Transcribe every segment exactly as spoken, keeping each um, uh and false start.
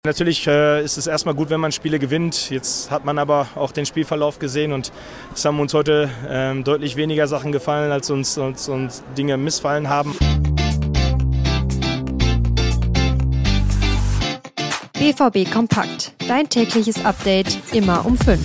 Natürlich äh, ist es erstmal gut, wenn man Spiele gewinnt. Jetzt hat man aber auch den Spielverlauf gesehen und es haben uns heute ähm, deutlich weniger Sachen gefallen, als uns, uns, uns Dinge missfallen haben. B V B Kompakt, dein tägliches Update immer um fünf.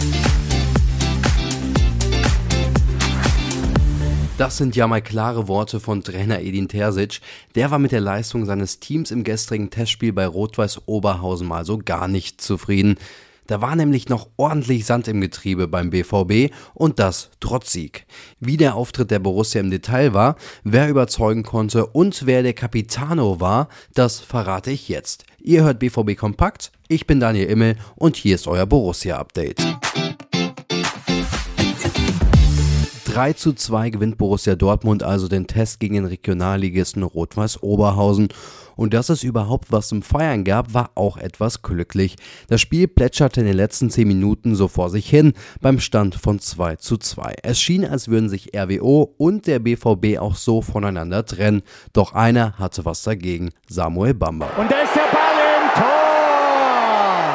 Das sind ja mal klare Worte von Trainer Edin Terzic. Der war mit der Leistung seines Teams im gestrigen Testspiel bei Rot-Weiß Oberhausen mal so gar nicht zufrieden. Da war nämlich noch ordentlich Sand im Getriebe beim B V B und das trotz Sieg. Wie der Auftritt der Borussia im Detail war, wer überzeugen konnte und wer der Capitano war, das verrate ich jetzt. Ihr hört B V B Kompakt, ich bin Daniel Immel und hier ist euer Borussia-Update. drei zu zwei gewinnt Borussia Dortmund also den Test gegen den Regionalligisten Rot-Weiß Oberhausen. Und dass es überhaupt was zum Feiern gab, war auch etwas glücklich. Das Spiel plätscherte in den letzten zehn Minuten so vor sich hin, beim Stand von zwei zu zwei. Es schien, als würden sich R W O und der B V B auch so voneinander trennen. Doch einer hatte was dagegen, Samuel Bamba. Und da ist der Ball im Tor!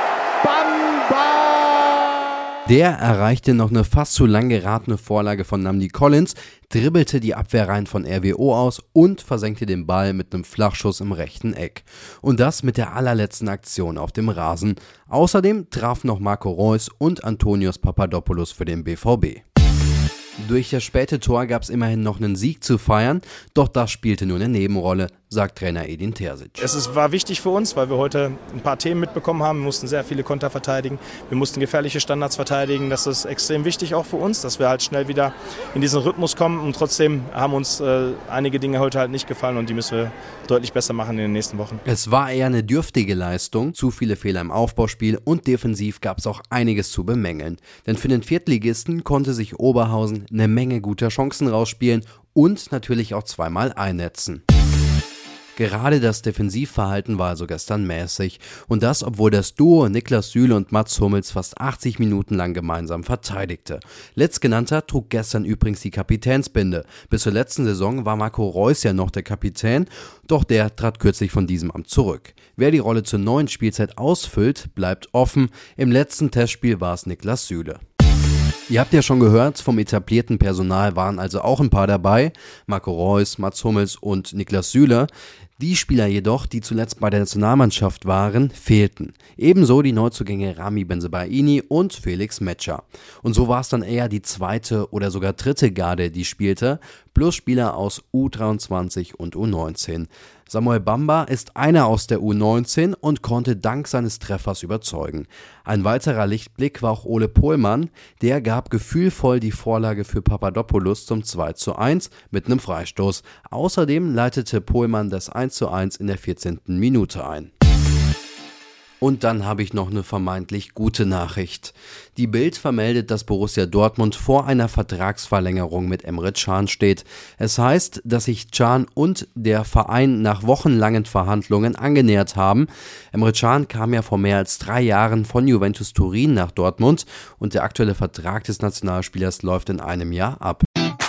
Bamba! Der erreichte noch eine fast zu lang geratene Vorlage von Namdi Collins, dribbelte die Abwehrreihen von R W O aus und versenkte den Ball mit einem Flachschuss im rechten Eck. Und das mit der allerletzten Aktion auf dem Rasen. Außerdem trafen noch Marco Reus und Antonios Papadopoulos für den B V B. Durch das späte Tor gab es immerhin noch einen Sieg zu feiern, doch das spielte nur eine Nebenrolle, sagt Trainer Edin Terzic. Es ist, war wichtig für uns, weil wir heute ein paar Themen mitbekommen haben. Wir mussten sehr viele Konter verteidigen, wir mussten gefährliche Standards verteidigen. Das ist extrem wichtig auch für uns, dass wir halt schnell wieder in diesen Rhythmus kommen. Und trotzdem haben uns äh, einige Dinge heute halt nicht gefallen und die müssen wir deutlich besser machen in den nächsten Wochen. Es war eher eine dürftige Leistung, zu viele Fehler im Aufbauspiel und defensiv gab es auch einiges zu bemängeln. Denn für den Viertligisten konnte sich Oberhausen eine Menge guter Chancen rausspielen und natürlich auch zweimal einnetzen. Gerade das Defensivverhalten war also gestern mäßig und das, obwohl das Duo Niklas Süle und Mats Hummels fast achtzig Minuten lang gemeinsam verteidigte. Letztgenannter trug gestern übrigens die Kapitänsbinde. Bis zur letzten Saison war Marco Reus ja noch der Kapitän, doch der trat kürzlich von diesem Amt zurück. Wer die Rolle zur neuen Spielzeit ausfüllt, bleibt offen. Im letzten Testspiel war es Niklas Süle. Ihr habt ja schon gehört, vom etablierten Personal waren also auch ein paar dabei, Marco Reus, Mats Hummels und Niklas Süle. Die Spieler jedoch, die zuletzt bei der Nationalmannschaft waren, fehlten. Ebenso die Neuzugänge Rami Bensebaini und Felix Metscher. Und so war es dann eher die zweite oder sogar dritte Garde, die spielte, plus Spieler aus U dreiundzwanzig und U neunzehn. Samuel Bamba ist einer aus der U neunzehn und konnte dank seines Treffers überzeugen. Ein weiterer Lichtblick war auch Ole Pohlmann, der gab gefühlvoll die Vorlage für Papadopoulos zum zwei zu eins mit einem Freistoß. Außerdem leitete Pohlmann das eins zu eins in der vierzehnten Minute ein. Und dann habe ich noch eine vermeintlich gute Nachricht. Die Bild vermeldet, dass Borussia Dortmund vor einer Vertragsverlängerung mit Emre Can steht. Es heißt, dass sich Can und der Verein nach wochenlangen Verhandlungen angenähert haben. Emre Can kam ja vor mehr als drei Jahren von Juventus Turin nach Dortmund und der aktuelle Vertrag des Nationalspielers läuft in einem Jahr ab.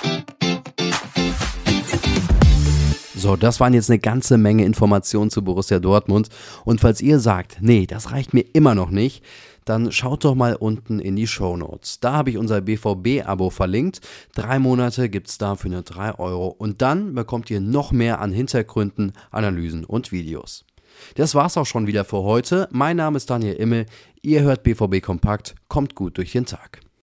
So, das waren jetzt eine ganze Menge Informationen zu Borussia Dortmund und falls ihr sagt, nee, das reicht mir immer noch nicht, dann schaut doch mal unten in die Shownotes. Da habe ich unser B V B-Abo verlinkt. Drei Monate gibt es da für nur drei Euro und dann bekommt ihr noch mehr an Hintergründen, Analysen und Videos. Das war's auch schon wieder für heute. Mein Name ist Daniel Immel, ihr hört B V B Kompakt, kommt gut durch den Tag.